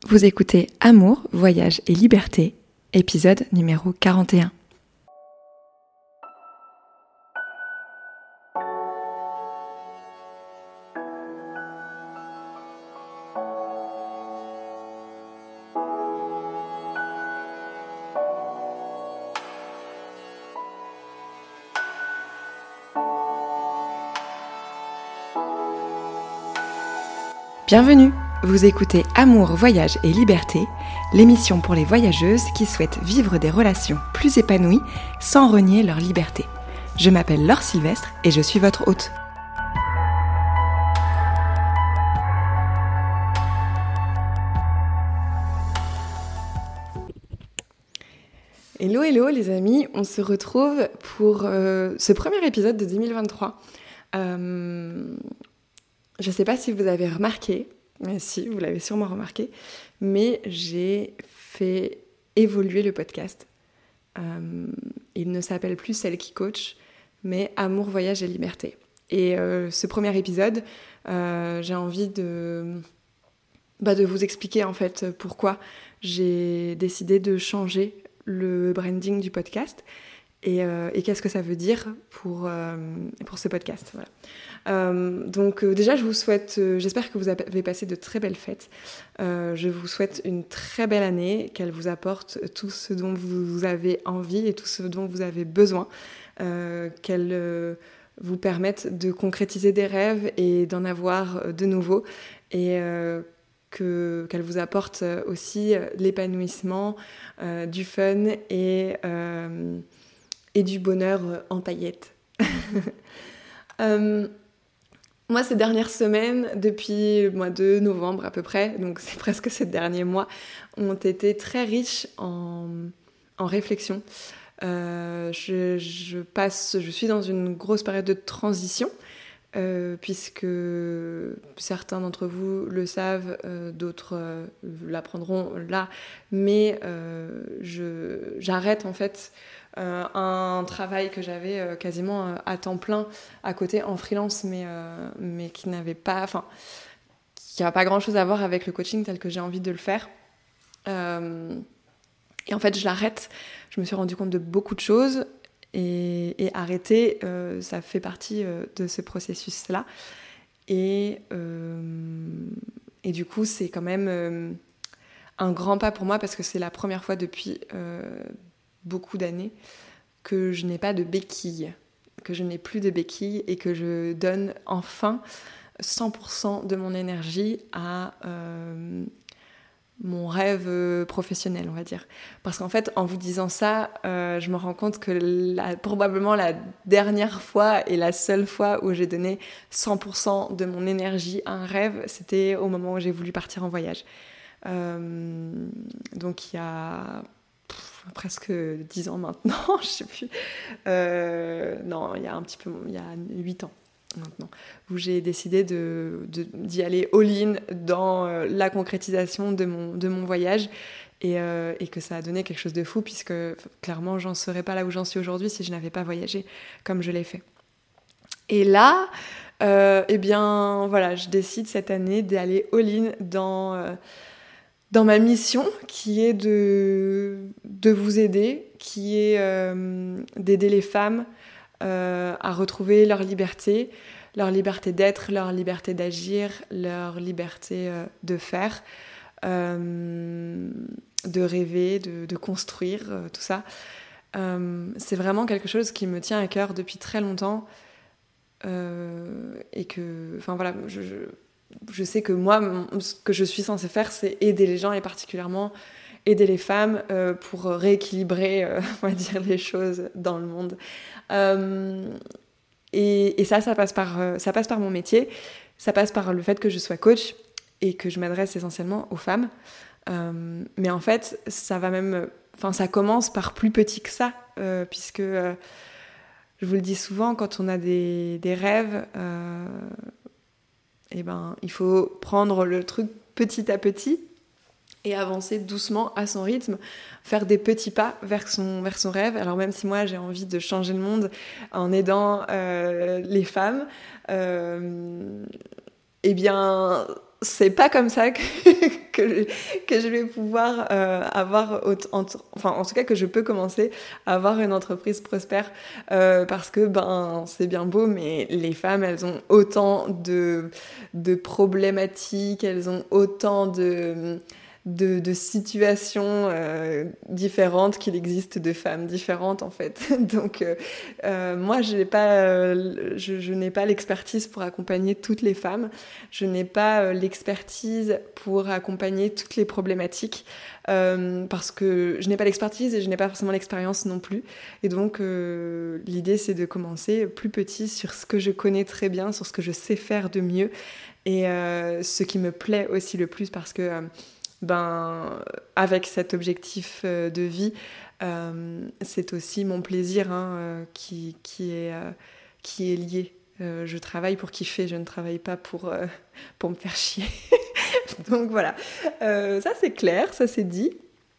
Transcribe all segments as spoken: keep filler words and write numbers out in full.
Vous écoutez Amour, Voyage et Liberté, épisode numéro quarante et un. Bienvenue! Vous écoutez Amour, Voyage et Liberté, l'émission pour les voyageuses qui souhaitent vivre des relations plus épanouies sans renier leur liberté. Je m'appelle Laure Sylvestre et je suis votre hôte. Hello, hello les amis, on se retrouve pour euh, ce premier épisode de deux mille vingt-trois. Euh, je ne sais pas si vous avez remarqué, mais si, vous l'avez sûrement remarqué, mais j'ai fait évoluer le podcast. Euh, il ne s'appelle plus Celle qui coach, mais Amour, Voyage et Liberté. Et euh, ce premier épisode, euh, j'ai envie de, bah, de vous expliquer en fait pourquoi j'ai décidé de changer le branding du podcast et, euh, et qu'est-ce que ça veut dire pour, euh, pour ce podcast. Voilà. Euh, donc euh, déjà, je vous souhaite, euh, j'espère que vous avez passé de très belles fêtes. Euh, je vous souhaite une très belle année, qu'elle vous apporte tout ce dont vous avez envie et tout ce dont vous avez besoin, euh, qu'elle euh, vous permette de concrétiser des rêves et d'en avoir de nouveaux, et euh, que, qu'elle vous apporte aussi l'épanouissement, euh, du fun et, euh, et du bonheur en paillettes. euh, Moi, ces dernières semaines, depuis le mois de novembre à peu près, donc c'est presque ces derniers mois, ont été très riches en, en réflexion. Euh, je, je passe, je suis dans une grosse période de transition, euh, puisque certains d'entre vous le savent, euh, d'autres euh, l'apprendront là, mais euh, je, j'arrête en fait Euh, un travail que j'avais euh, quasiment euh, à temps plein à côté en freelance, mais, euh, mais qui n'avait pas, enfin, qui n'a pas grand chose à voir avec le coaching tel que j'ai envie de le faire. Euh, et en fait, je l'arrête. Je me suis rendu compte de beaucoup de choses et, et arrêter, euh, ça fait partie euh, de ce processus-là. Et, euh, et du coup, c'est quand même euh, un grand pas pour moi parce que c'est la première fois depuis euh, beaucoup d'années que je n'ai pas de béquilles, que je n'ai plus de béquilles et que je donne enfin cent pour cent de mon énergie à euh, mon rêve professionnel, on va dire. Parce qu'en fait, en vous disant ça, euh, je me rends compte que la, probablement la dernière fois et la seule fois où j'ai donné cent pour cent de mon énergie à un rêve, c'était au moment où j'ai voulu partir en voyage. Euh, donc il y a presque dix ans maintenant, je sais plus. Euh, non, il y a un petit peu, il y a huit ans maintenant, où j'ai décidé de, de, d'y aller all-in dans euh, la concrétisation de mon, de mon voyage et, euh, et que ça a donné quelque chose de fou puisque clairement, j'en serais pas là où j'en suis aujourd'hui si je n'avais pas voyagé comme je l'ai fait. Et là, euh, eh bien, voilà, je décide cette année d'aller all-in dans... Euh, dans ma mission, qui est de, de vous aider, qui est euh, d'aider les femmes euh, à retrouver leur liberté, leur liberté d'être, leur liberté d'agir, leur liberté euh, de faire, euh, de rêver, de, de construire, euh, tout ça. Euh, c'est vraiment quelque chose qui me tient à cœur depuis très longtemps euh, et que, enfin voilà, je... je Je sais que moi, ce que je suis censée faire, c'est aider les gens et particulièrement aider les femmes euh, pour rééquilibrer, euh, on va dire, les choses dans le monde. Euh, et, et ça, ça passe par, euh, ça passe par mon métier, ça passe par le fait que je sois coach et que je m'adresse essentiellement aux femmes. Euh, mais en fait, ça va même, enfin, ça commence par plus petit que ça, euh, puisque euh, je vous le dis souvent, quand on a des, des rêves. Euh, Eh ben, il faut prendre le truc petit à petit et avancer doucement à son rythme, faire des petits pas vers son, vers son rêve. Alors même si moi j'ai envie de changer le monde en aidant euh, les femmes, euh, eh bien c'est pas comme ça que, que, que je vais pouvoir euh, avoir, autant, enfin en tout cas que je peux commencer à avoir une entreprise prospère euh, parce que ben c'est bien beau, mais les femmes elles ont autant de, de problématiques, elles ont autant de... De, de situations euh, différentes qu'il existe de femmes différentes en fait. Donc euh, euh, moi je n'ai pas, euh, je, je n'ai pas l'expertise pour accompagner toutes les femmes, je n'ai pas euh, l'expertise pour accompagner toutes les problématiques euh, parce que je n'ai pas l'expertise et je n'ai pas forcément l'expérience non plus. Et donc euh, l'idée c'est de commencer plus petit sur ce que je connais très bien, sur ce que je sais faire de mieux et euh, ce qui me plaît aussi le plus parce que euh, ben, avec cet objectif euh, de vie, euh, c'est aussi mon plaisir hein, euh, qui, qui, est, euh, qui est lié. Euh, je travaille pour kiffer, je ne travaille pas pour, euh, pour me faire chier. Donc voilà, euh, ça c'est clair, ça c'est dit.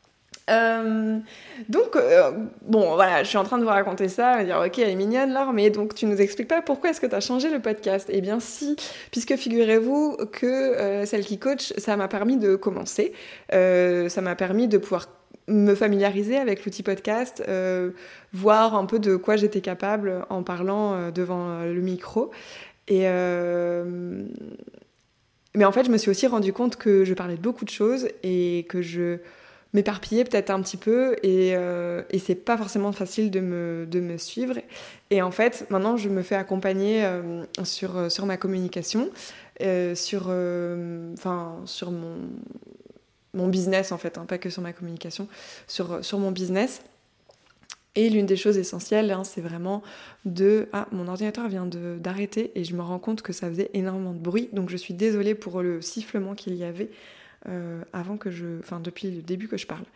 Euh, donc euh, bon voilà, je suis en train de vous raconter ça, me dire ok elle est mignonne Laure, mais donc tu nous expliques pas pourquoi est-ce que tu as changé le podcast. Eh bien si, puisque figurez-vous que euh, Celle qui coach, ça m'a permis de commencer, euh, ça m'a permis de pouvoir me familiariser avec l'outil podcast, euh, voir un peu de quoi j'étais capable en parlant euh, devant le micro et euh, mais en fait je me suis aussi rendu compte que je parlais de beaucoup de choses et que je m'éparpiller peut-être un petit peu et, euh, et c'est pas forcément facile de me, de me suivre. Et en fait, maintenant, je me fais accompagner euh, sur, sur ma communication, euh, sur, euh, enfin, sur mon, mon business, en fait, hein, pas que sur ma communication, sur, sur mon business. Et l'une des choses essentielles, hein, c'est vraiment de... Ah, mon ordinateur vient de, d'arrêter et je me rends compte que ça faisait énormément de bruit, donc je suis désolée pour le sifflement qu'il y avait. Euh, avant que je... Enfin, depuis le début que je parle.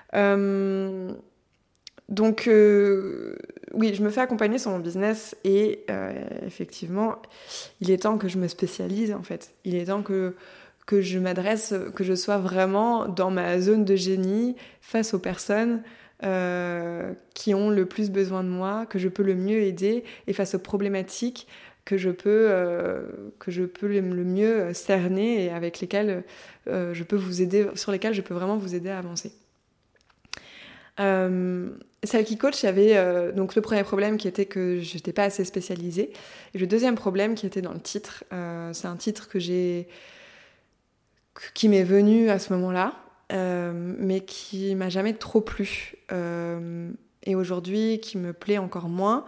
Euh, donc, euh, oui, je me fais accompagner sur mon business et euh, effectivement, il est temps que je me spécialise, en fait. Il est temps que, que je m'adresse, que je sois vraiment dans ma zone de génie face aux personnes euh, qui ont le plus besoin de moi, que je peux le mieux aider et face aux problématiques que je peux, euh, que je peux le mieux cerner et avec lesquelles euh, je peux vous aider, sur lesquelles je peux vraiment vous aider à avancer. Euh, Celle qui coach, il y avait euh, donc le premier problème qui était que je n'étais pas assez spécialisée. Et le deuxième problème qui était dans le titre, euh, c'est un titre que j'ai, qui m'est venu à ce moment-là, euh, mais qui m'a jamais trop plu. Euh, et aujourd'hui, qui me plaît encore moins.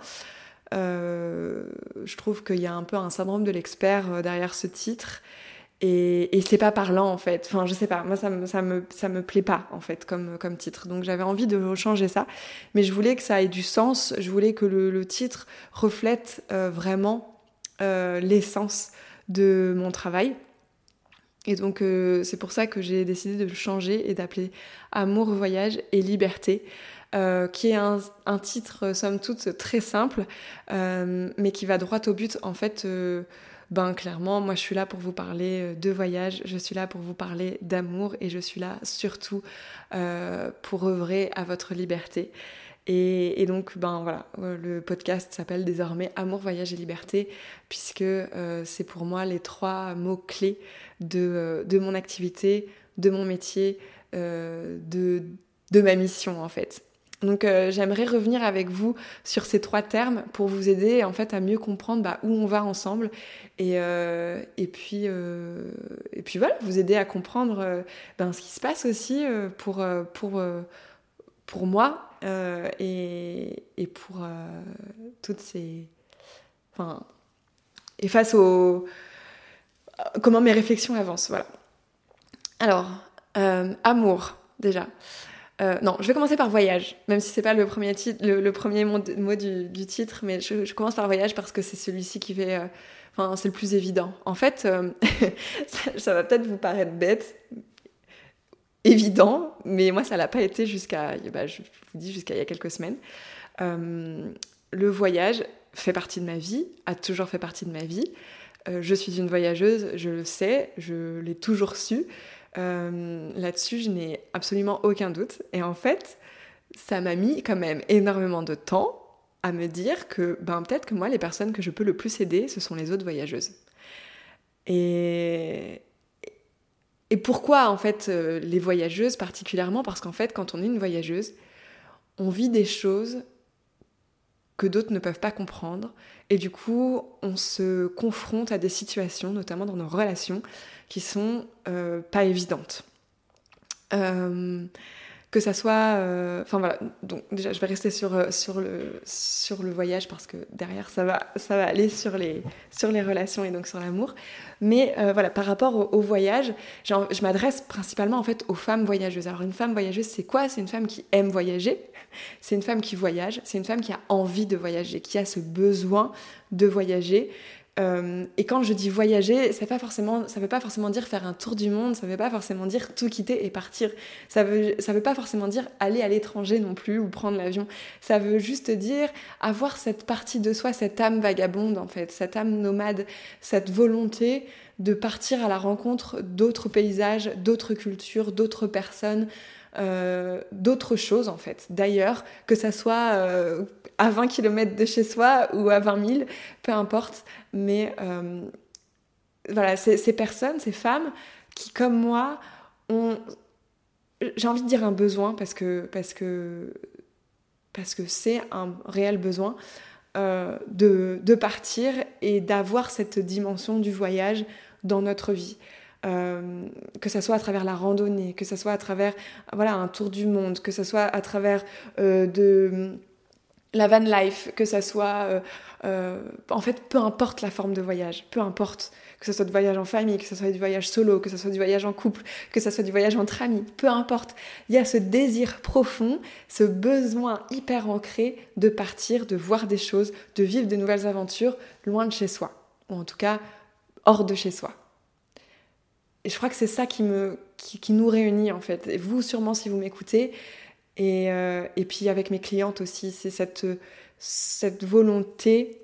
Euh, je trouve qu'il y a un peu un syndrome de l'expert derrière ce titre et, et c'est pas parlant en fait, enfin je sais pas, moi ça me, ça me, ça me plaît pas en fait comme, comme titre, donc j'avais envie de changer ça, mais je voulais que ça ait du sens, je voulais que le, le titre reflète euh, vraiment euh, l'essence de mon travail. Et donc euh, c'est pour ça que j'ai décidé de le changer et d'appeler Amour, Voyage et Liberté. Euh, qui est un, un titre somme toute très simple euh, mais qui va droit au but en fait. euh, ben clairement moi je suis là pour vous parler de voyage, je suis là pour vous parler d'amour et je suis là surtout euh, pour œuvrer à votre liberté et, et donc ben voilà, le podcast s'appelle désormais Amour, Voyage et Liberté puisque euh, c'est pour moi les trois mots clés de, de mon activité, de mon métier, euh, de, de ma mission en fait. Donc euh, j'aimerais revenir avec vous sur ces trois termes pour vous aider en fait à mieux comprendre bah, où on va ensemble et, euh, et, puis, euh, et puis voilà, vous aider à comprendre euh, ben, ce qui se passe aussi euh, pour, euh, pour, euh, pour moi euh, et, et pour euh, toutes ces... Enfin, et face au... comment mes réflexions avancent, voilà. Alors, euh, amour, déjà. Euh, non, je vais commencer par voyage, même si c'est pas le premier, titre, le, le premier mot, mot du, du titre, mais je, je commence par voyage parce que c'est celui-ci qui fait, euh, enfin, c'est le plus évident. En fait, euh, ça, ça va peut-être vous paraître bête, évident, mais moi ça l'a pas été jusqu'à, bah, je vous dis jusqu'à il y a quelques semaines. Euh, le voyage fait partie de ma vie, a toujours fait partie de ma vie. Euh, je suis une voyageuse, je le sais, je l'ai toujours su. Euh, là-dessus, je n'ai absolument aucun doute. Et en fait, ça m'a mis quand même énormément de temps à me dire que ben, peut-être que moi, les personnes que je peux le plus aider, ce sont les autres voyageuses. Et, et pourquoi en fait euh, les voyageuses particulièrement? Parce qu'en fait, quand on est une voyageuse, on vit des choses que d'autres ne peuvent pas comprendre. Et du coup, on se confronte à des situations, notamment dans nos relations, qui sont euh, pas évidentes. Euh, que ça soit... euh, Enfin voilà, donc déjà, je vais rester sur, sur, le, sur le voyage parce que derrière, ça va, ça va aller sur les, sur les relations et donc sur l'amour. Mais euh, voilà, par rapport au, au voyage, genre, je m'adresse principalement en fait aux femmes voyageuses. Alors une femme voyageuse, c'est quoi? C'est une femme qui aime voyager, c'est une femme qui voyage, c'est une femme qui a envie de voyager, qui a ce besoin de voyager. Euh, et quand je dis voyager, ça ne veut pas forcément dire faire un tour du monde, ça ne veut pas forcément dire tout quitter et partir. Ça veut, ça veut pas forcément dire aller à l'étranger non plus ou prendre l'avion. Ça veut juste dire avoir cette partie de soi, cette âme vagabonde en fait, cette âme nomade, cette volonté de partir à la rencontre d'autres paysages, d'autres cultures, d'autres personnes, euh, d'autres choses en fait. D'ailleurs, que ça soit euh, à vingt kilomètres de chez soi ou à vingt mille, peu importe. Mais euh, voilà, ces, ces personnes, ces femmes qui, comme moi, ont, j'ai envie de dire un besoin parce que, parce que, parce que c'est un réel besoin euh, de, de partir et d'avoir cette dimension du voyage dans notre vie. Euh, que ça soit à travers la randonnée, que ça soit à travers voilà, un tour du monde, que ça soit à travers euh, de la van life, que ça soit euh, euh, en fait peu importe la forme de voyage, peu importe que ce soit du voyage en famille, que ce soit du voyage solo, que ce soit du voyage en couple, que ce soit du voyage entre amis, peu importe, il y a ce désir profond, ce besoin hyper ancré de partir, de voir des choses, de vivre de nouvelles aventures loin de chez soi, ou en tout cas hors de chez soi. Et je crois que c'est ça qui, me, qui, qui nous réunit en fait. Et vous, sûrement, si vous m'écoutez, et, euh, et puis avec mes clientes aussi, c'est cette, cette volonté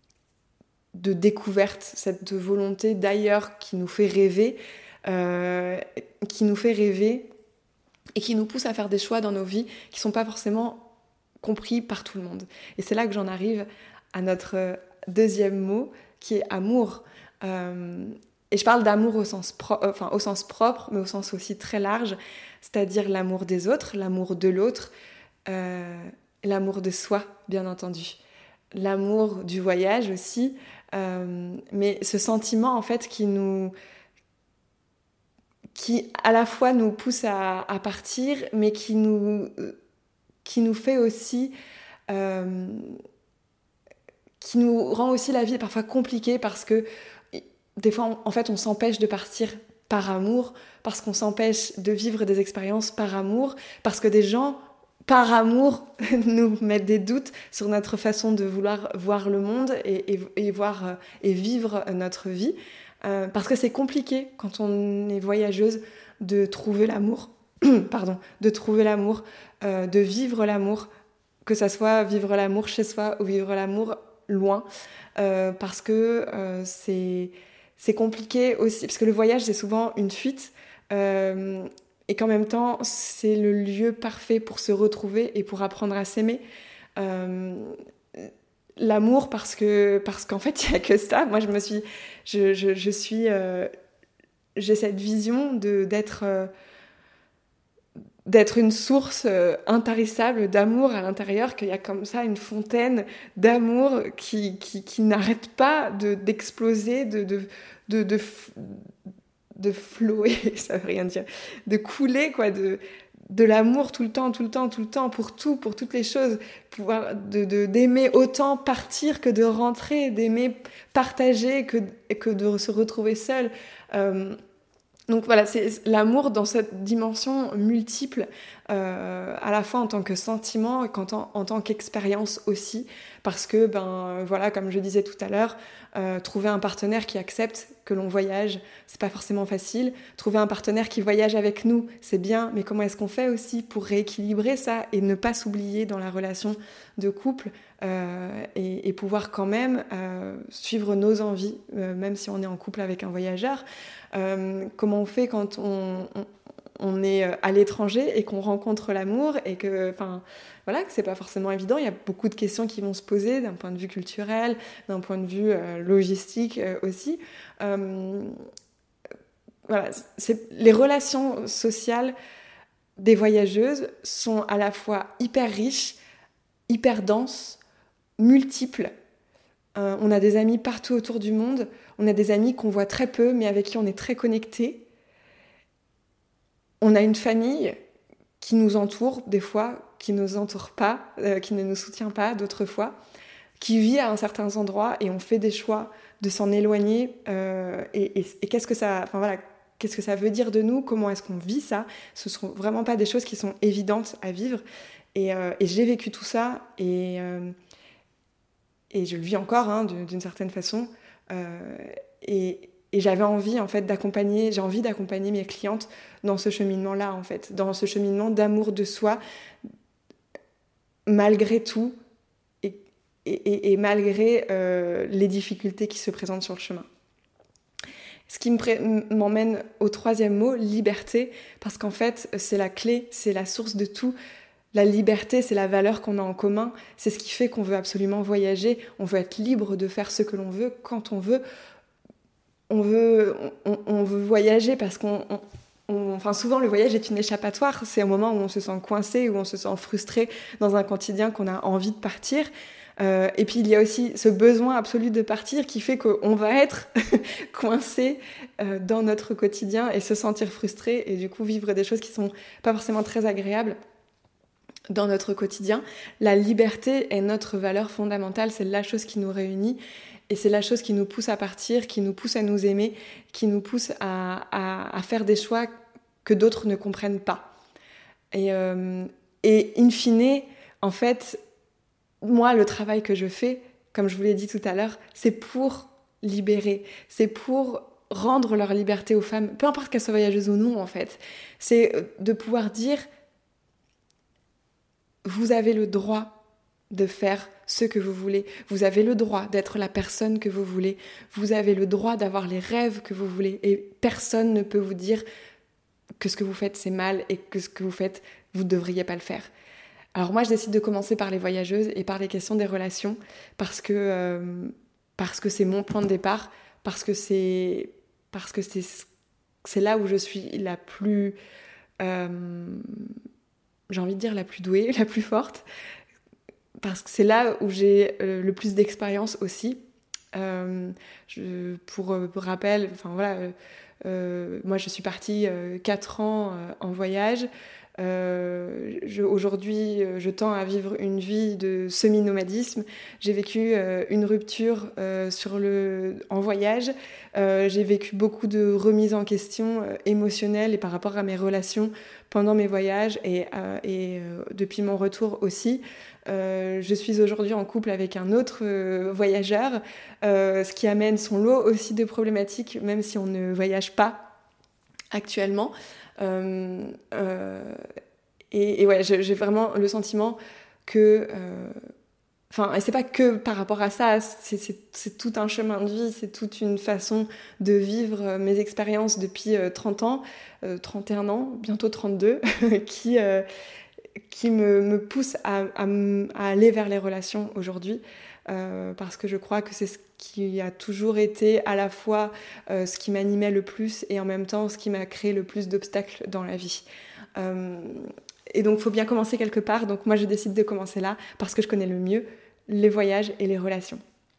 de découverte, cette volonté d'ailleurs qui nous fait rêver, euh, qui nous fait rêver et qui nous pousse à faire des choix dans nos vies qui ne sont pas forcément compris par tout le monde. Et c'est là que j'en arrive à notre deuxième mot, qui est amour. Euh, Et je parle d'amour au sens, pro- enfin, au sens propre, mais au sens aussi très large, c'est-à-dire l'amour des autres, l'amour de l'autre, euh, l'amour de soi, bien entendu. L'amour du voyage aussi, euh, mais ce sentiment, en fait, qui nous... qui, à la fois, nous pousse à, à partir, mais qui nous, qui nous fait aussi... Euh, qui nous rend aussi la vie parfois compliquée parce que des fois, en fait, on s'empêche de partir par amour, parce qu'on s'empêche de vivre des expériences par amour, parce que des gens, par amour, nous mettent des doutes sur notre façon de vouloir voir le monde et, et, et, voir, et vivre notre vie. Euh, parce que c'est compliqué, quand on est voyageuse, de trouver l'amour, pardon, de trouver l'amour, euh, de vivre l'amour, que ça soit vivre l'amour chez soi ou vivre l'amour loin, euh, parce que euh, c'est... C'est compliqué aussi, parce que le voyage, c'est souvent une fuite, euh, et qu'en même temps, c'est le lieu parfait pour se retrouver et pour apprendre à s'aimer. Euh, l'amour, parce que parce qu'en fait, il n'y a que ça. Moi, je me suis... Je, je, je suis euh, j'ai cette vision de, d'être... Euh, d'être une source euh, intarissable d'amour à l'intérieur, qu'il y a comme ça une fontaine d'amour qui, qui, qui n'arrête pas de, d'exploser, de, de, de, de, de flower, ça veut rien dire, de couler, quoi, de, de l'amour tout le temps, tout le temps, tout le temps, pour tout, pour toutes les choses, pouvoir, de, de, d'aimer autant partir que de rentrer, d'aimer partager que, que de se retrouver seul. Euh, Donc voilà, c'est l'amour dans cette dimension multiple, euh, à la fois en tant que sentiment et en, en tant qu'expérience aussi, parce que, ben voilà, comme je disais tout à l'heure, euh, trouver un partenaire qui accepte que l'on voyage, c'est pas forcément facile. Trouver un partenaire qui voyage avec nous, c'est bien, mais comment est-ce qu'on fait aussi pour rééquilibrer ça et ne pas s'oublier dans la relation de couple, euh, et, et pouvoir quand même euh, suivre nos envies, euh, même si on est en couple avec un voyageur. Euh, comment on fait quand on, on, on est à l'étranger et qu'on rencontre l'amour et que, enfin, voilà, que c'est pas forcément évident. Il y a beaucoup de questions qui vont se poser d'un point de vue culturel, d'un point de vue euh, logistique euh, aussi. Euh, voilà, c'est, les relations sociales des voyageuses sont à la fois hyper riches, hyper denses, multiples. Euh, on a des amis partout autour du monde, on a des amis qu'on voit très peu, mais avec qui on est très connectés. On a une famille qui nous entoure des fois, qui ne nous entoure pas, euh, qui ne nous soutient pas d'autres fois, qui vit à un certain endroit et on fait des choix de s'en éloigner. Euh, et, et, et qu'est-ce que ça, enfin voilà, qu'est-ce que ça veut dire de nous ? Comment est-ce qu'on vit ça ? Ce ne sont vraiment pas des choses qui sont évidentes à vivre. Et, euh, et j'ai vécu tout ça et, euh, et je le vis encore hein, d'une certaine façon. Euh, et, et j'avais envie en fait d'accompagner, j'ai envie d'accompagner mes clientes dans ce cheminement-là en fait, dans ce cheminement d'amour de soi, malgré tout et, et, et malgré euh, les difficultés qui se présentent sur le chemin. Ce qui me pré- m'emmène au troisième mot, liberté, parce qu'en fait c'est la clé, c'est la source de tout. La liberté, c'est la valeur qu'on a en commun, c'est ce qui fait qu'on veut absolument voyager, on veut être libre de faire ce que l'on veut, quand on veut. On veut, on, on veut voyager parce qu'on... On, on, enfin, souvent, le voyage est une échappatoire. C'est un moment où on se sent coincé, où on se sent frustré dans un quotidien qu'on a envie de partir. Euh, et puis, il y a aussi ce besoin absolu de partir qui fait qu'on va être coincé euh, dans notre quotidien et se sentir frustré et du coup vivre des choses qui sont pas forcément très agréables dans notre quotidien. La liberté est notre valeur fondamentale, c'est la chose qui nous réunit. Et c'est la chose qui nous pousse à partir, qui nous pousse à nous aimer, qui nous pousse à, à, à faire des choix que d'autres ne comprennent pas. Et, euh, et in fine, en fait, moi, le travail que je fais, comme je vous l'ai dit tout à l'heure, c'est pour libérer, c'est pour rendre leur liberté aux femmes, peu importe qu'elles soient voyageuses ou non, en fait. C'est de pouvoir dire, vous avez le droit de faire ce que vous voulez. Vous avez le droit d'être la personne que vous voulez. Vous avez le droit d'avoir les rêves que vous voulez. Et personne ne peut vous dire que ce que vous faites, c'est mal et que ce que vous faites, vous ne devriez pas le faire. Alors moi, je décide de commencer par les voyageuses et par les questions des relations parce que, euh, parce que c'est mon point de départ, parce que c'est, parce que c'est, c'est là où je suis la plus... Euh, j'ai envie de dire la plus douée, la plus forte, parce que c'est là où j'ai euh, le plus d'expérience aussi. Euh, je, pour, pour rappel, enfin voilà, euh, euh, moi je suis partie euh, quatre ans euh, en voyage. Euh, je, aujourd'hui, je tends à vivre une vie de semi-nomadisme. J'ai vécu euh, une rupture euh, sur le, en voyage. Euh, j'ai vécu beaucoup de remises en question euh, émotionnelles et par rapport à mes relations pendant mes voyages et, euh, et euh, depuis mon retour aussi. Euh, je suis aujourd'hui en couple avec un autre euh, voyageur, euh, ce qui amène son lot aussi de problématiques, même si on ne voyage pas actuellement. Euh, euh, et, et ouais, j'ai, j'ai vraiment le sentiment que... Enfin, euh, et c'est pas que par rapport à ça, c'est, c'est, c'est tout un chemin de vie, c'est toute une façon de vivre mes expériences depuis euh, trente ans, euh, trente et un ans, bientôt trente-deux, qui... Euh, qui me, me pousse à, à, à aller vers les relations aujourd'hui, euh, parce que je crois que c'est ce qui a toujours été à la fois euh, ce qui m'animait le plus et en même temps ce qui m'a créé le plus d'obstacles dans la vie. Euh, et donc il faut bien commencer quelque part, donc moi je décide de commencer là parce que je connais le mieux les voyages et les relations.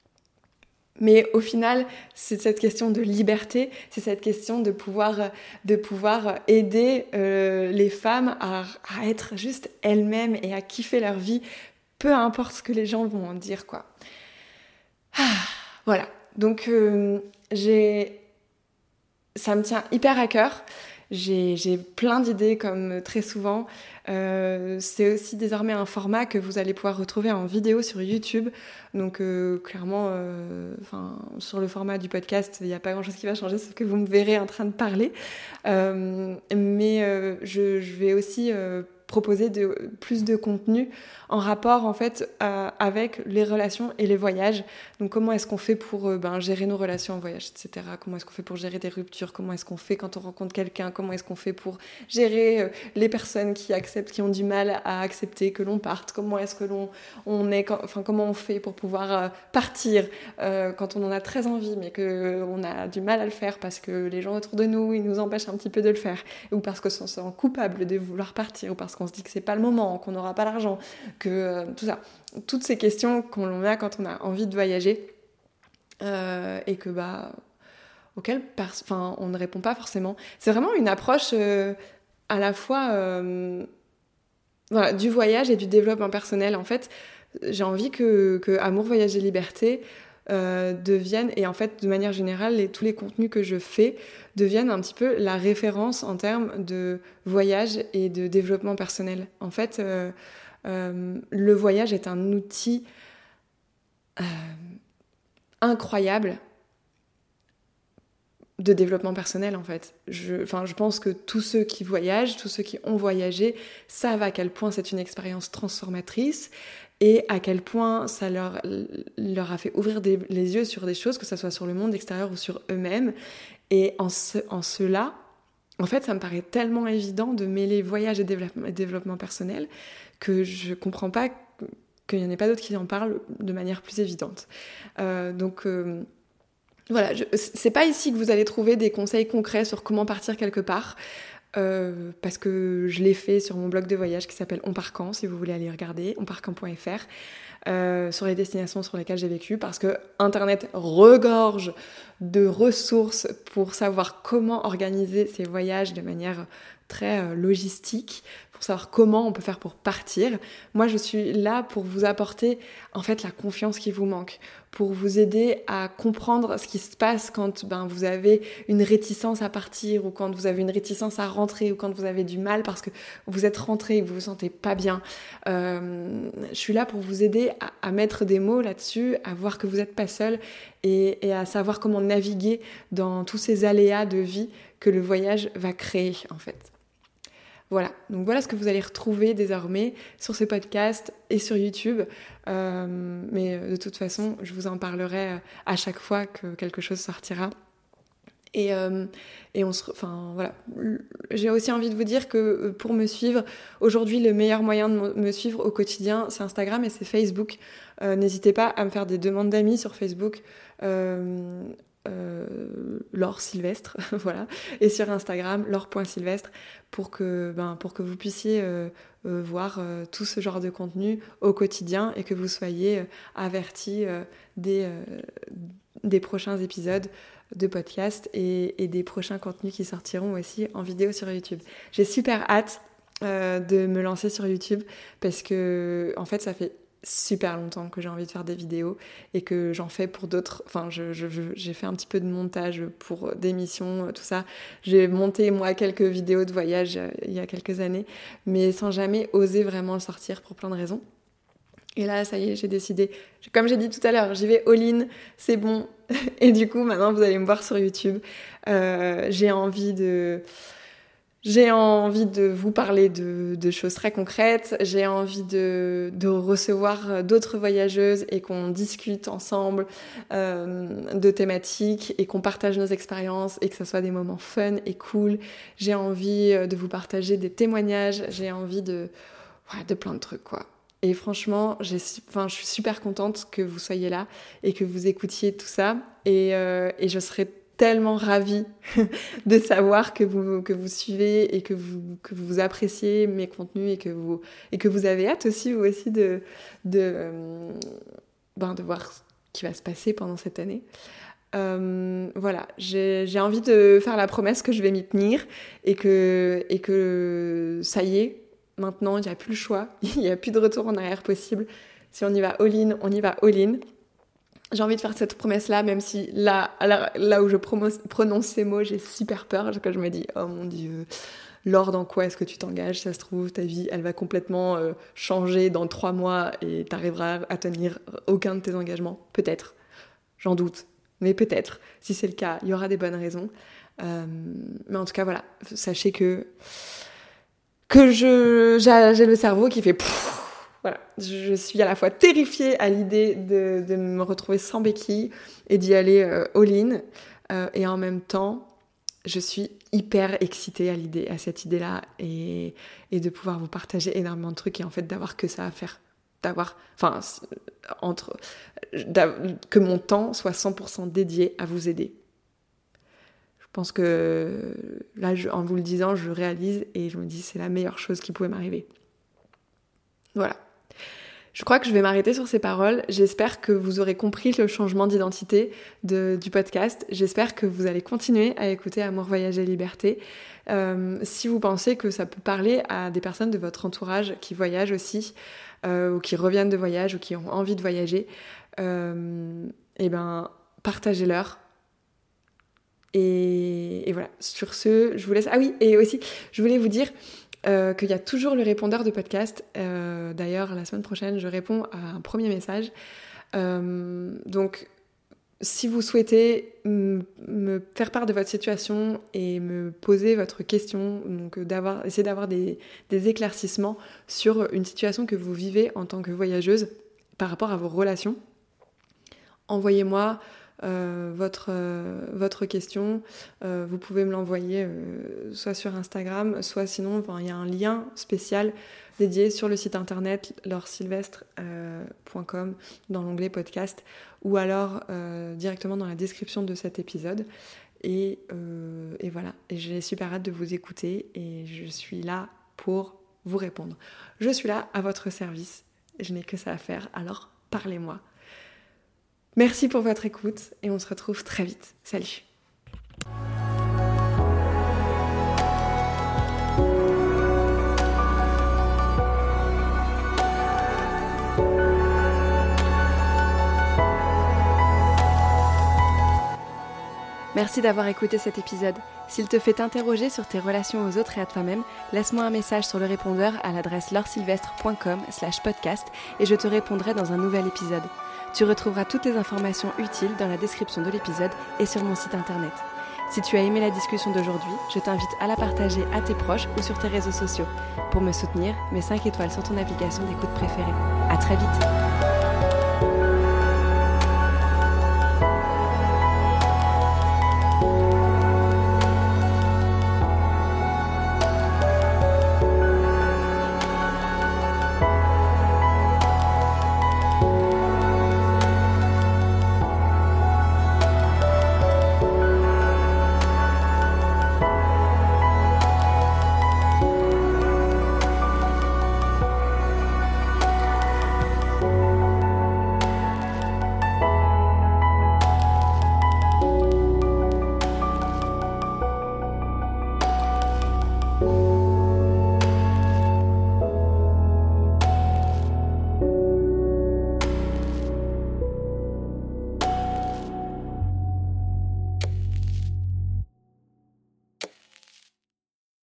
Mais au final, c'est cette question de liberté, c'est cette question de pouvoir, de pouvoir aider euh, les femmes à, à être juste elles-mêmes et à kiffer leur vie, peu importe ce que les gens vont en dire, quoi. Ah, voilà. Donc, euh, j'ai... ça me tient hyper à cœur. J'ai, j'ai plein d'idées, comme très souvent. Euh, c'est aussi désormais un format que vous allez pouvoir retrouver en vidéo sur YouTube. Donc, euh, clairement, euh, sur le format du podcast, il n'y a pas grand-chose qui va changer, sauf que vous me verrez en train de parler. Euh, mais euh, je, je vais aussi... Euh, proposer de, plus de contenu en rapport en fait euh, avec les relations et les voyages. Donc comment est-ce qu'on fait pour euh, ben, gérer nos relations en voyage, et cetera. Comment est-ce qu'on fait pour gérer des ruptures, comment est-ce qu'on fait quand on rencontre quelqu'un, comment est-ce qu'on fait pour gérer euh, les personnes qui acceptent, qui ont du mal à accepter que l'on parte, comment est-ce que l'on on est, quand, enfin comment on fait pour pouvoir euh, partir euh, quand on en a très envie mais qu'on a du mal à le faire parce que les gens autour de nous ils nous empêchent un petit peu de le faire, ou parce qu'on se sent coupable de vouloir partir, ou parce qu'on se dit que c'est pas le moment, qu'on n'aura pas l'argent, que euh, tout ça, toutes ces questions qu'on a quand on a envie de voyager euh, et que bah auxquelles pers- enfin, on ne répond pas forcément. C'est vraiment une approche euh, à la fois euh, voilà, du voyage et du développement personnel. En fait, j'ai envie que, que Amour, Voyage et Liberté euh, deviennent, et en fait, de manière générale, les, tous les contenus que je fais deviennent un petit peu la référence en termes de voyage et de développement personnel. En fait, euh, euh, le voyage est un outil euh, incroyable de développement personnel, en fait. Je, enfin, je pense que tous ceux qui voyagent, tous ceux qui ont voyagé, savent à quel point c'est une expérience transformatrice et à quel point ça leur, leur a fait ouvrir des, les yeux sur des choses, que ce soit sur le monde extérieur ou sur eux-mêmes. Et en, ce, en cela, en fait, ça me paraît tellement évident de mêler voyage et développement, et développement personnel que je comprends pas qu'il n'y en ait pas d'autres qui en parlent de manière plus évidente. Euh, donc... Euh, Voilà, je, c'est pas ici que vous allez trouver des conseils concrets sur comment partir quelque part, euh, parce que je l'ai fait sur mon blog de voyage qui s'appelle On part quand, si vous voulez aller regarder, on part quand point f r, euh, sur les destinations sur lesquelles j'ai vécu, parce que Internet regorge de ressources pour savoir comment organiser ces voyages de manière très euh, logistique, pour savoir comment on peut faire pour partir. Moi, je suis là pour vous apporter en fait la confiance qui vous manque, pour vous aider à comprendre ce qui se passe quand ben, vous avez une réticence à partir, ou quand vous avez une réticence à rentrer, ou quand vous avez du mal parce que vous êtes rentré et que vous vous sentez pas bien. Euh, je suis là pour vous aider à, à mettre des mots là-dessus, à voir que vous n'êtes pas seul et, et à savoir comment naviguer dans tous ces aléas de vie que le voyage va créer en fait. Voilà, donc voilà ce que vous allez retrouver désormais sur ce podcast et sur YouTube. Euh, mais de toute façon, je vous en parlerai à chaque fois que quelque chose sortira. Et, euh, et on se, enfin voilà, j'ai aussi envie de vous dire que pour me suivre, aujourd'hui le meilleur moyen de me suivre au quotidien, c'est Instagram et c'est Facebook. Euh, n'hésitez pas à me faire des demandes d'amis sur Facebook. Euh, Euh, Laure Sylvestre, voilà, et sur Instagram, laure.sylvestre, pour que, ben, pour que vous puissiez euh, euh, voir euh, tout ce genre de contenu au quotidien et que vous soyez euh, avertis euh, des, euh, des prochains épisodes de podcast et, et des prochains contenus qui sortiront aussi en vidéo sur YouTube. J'ai super hâte euh, de me lancer sur YouTube parce que, en fait, ça fait super longtemps que j'ai envie de faire des vidéos et que j'en fais pour d'autres. Enfin, je, je, je, j'ai fait un petit peu de montage pour des missions, tout ça. J'ai monté, moi, quelques vidéos de voyage euh, il y a quelques années, mais sans jamais oser vraiment le sortir pour plein de raisons. Et là, ça y est, j'ai décidé. Comme j'ai dit tout à l'heure, j'y vais all-in, c'est bon. Et du coup, maintenant, vous allez me voir sur YouTube. Euh, j'ai envie de... J'ai envie de vous parler de, de choses très concrètes, j'ai envie de, de recevoir d'autres voyageuses et qu'on discute ensemble euh, de thématiques et qu'on partage nos expériences et que ce soit des moments fun et cool. J'ai envie de vous partager des témoignages, j'ai envie de, ouais, de plein de trucs, quoi. Et franchement, j'ai, enfin, je suis super contente que vous soyez là et que vous écoutiez tout ça. Et, euh, et je serais tellement ravie de savoir que vous, que vous suivez et que vous, que vous appréciez mes contenus et que vous, et que vous avez hâte aussi, vous aussi, de, de, euh, ben, de voir ce qui va se passer pendant cette année. Euh, voilà, j'ai, j'ai envie de faire la promesse que je vais m'y tenir et que, et que ça y est, maintenant, il n'y a plus le choix, il n'y a plus de retour en arrière possible. Si on y va all-in, on y va all-in. J'ai envie de faire cette promesse-là, même si là, là, là où je prononce ces mots, j'ai super peur, que je me dis, oh mon Dieu, Laure, dans quoi est-ce que tu t'engages ? Ça se trouve, ta vie, elle va complètement euh, changer dans trois mois et t'arriveras à tenir aucun de tes engagements. Peut-être, j'en doute, mais peut-être. Si c'est le cas, il y aura des bonnes raisons. Euh, mais en tout cas, voilà, sachez que... que je, j'ai, j'ai le cerveau qui fait... Pfff, voilà, je suis à la fois terrifiée à l'idée de, de me retrouver sans béquille et d'y aller euh, all-in. Euh, et en même temps, je suis hyper excitée à l'idée, à cette idée-là et, et de pouvoir vous partager énormément de trucs et en fait d'avoir que ça à faire. D'avoir, enfin, entre, que mon temps soit cent pour cent dédié à vous aider. Je pense que là, je, en vous le disant, je réalise et je me dis c'est la meilleure chose qui pouvait m'arriver. Voilà. Je crois que je vais m'arrêter sur ces paroles. J'espère que vous aurez compris le changement d'identité de, du podcast. J'espère que vous allez continuer à écouter Amour, Voyage et Liberté. Euh, si vous pensez que ça peut parler à des personnes de votre entourage qui voyagent aussi, euh, ou qui reviennent de voyage, ou qui ont envie de voyager, euh, et ben, partagez-leur. Et, et voilà. Sur ce, je vous laisse... Ah oui, et aussi, je voulais vous dire... Euh, qu'il y a toujours le répondeur de podcast. Euh, d'ailleurs, la semaine prochaine, je réponds à un premier message. Euh, donc, si vous souhaitez m- me faire part de votre situation et me poser votre question, donc d'avoir, essayer d'avoir des, des éclaircissements sur une situation que vous vivez en tant que voyageuse par rapport à vos relations, envoyez-moi Euh, votre, euh, votre question, euh, vous pouvez me l'envoyer euh, soit sur Instagram, soit sinon enfin, il y a un lien spécial dédié sur le site internet laure sylvestre point com euh, dans l'onglet podcast ou alors euh, directement dans la description de cet épisode et, euh, et voilà, et j'ai super hâte de vous écouter et je suis là pour vous répondre. Je suis là à votre service, je n'ai que ça à faire, alors parlez-moi. Merci pour votre écoute et on se retrouve très vite. Salut! Merci d'avoir écouté cet épisode. S'il te fait t'interroger sur tes relations aux autres et à toi-même, laisse-moi un message sur le répondeur à l'adresse laure sylvestre point com slash podcast et je te répondrai dans un nouvel épisode. Tu retrouveras toutes les informations utiles dans la description de l'épisode et sur mon site internet. Si tu as aimé la discussion d'aujourd'hui, je t'invite à la partager à tes proches ou sur tes réseaux sociaux. Pour me soutenir, mets cinq étoiles sur ton application d'écoute préférée. À très vite!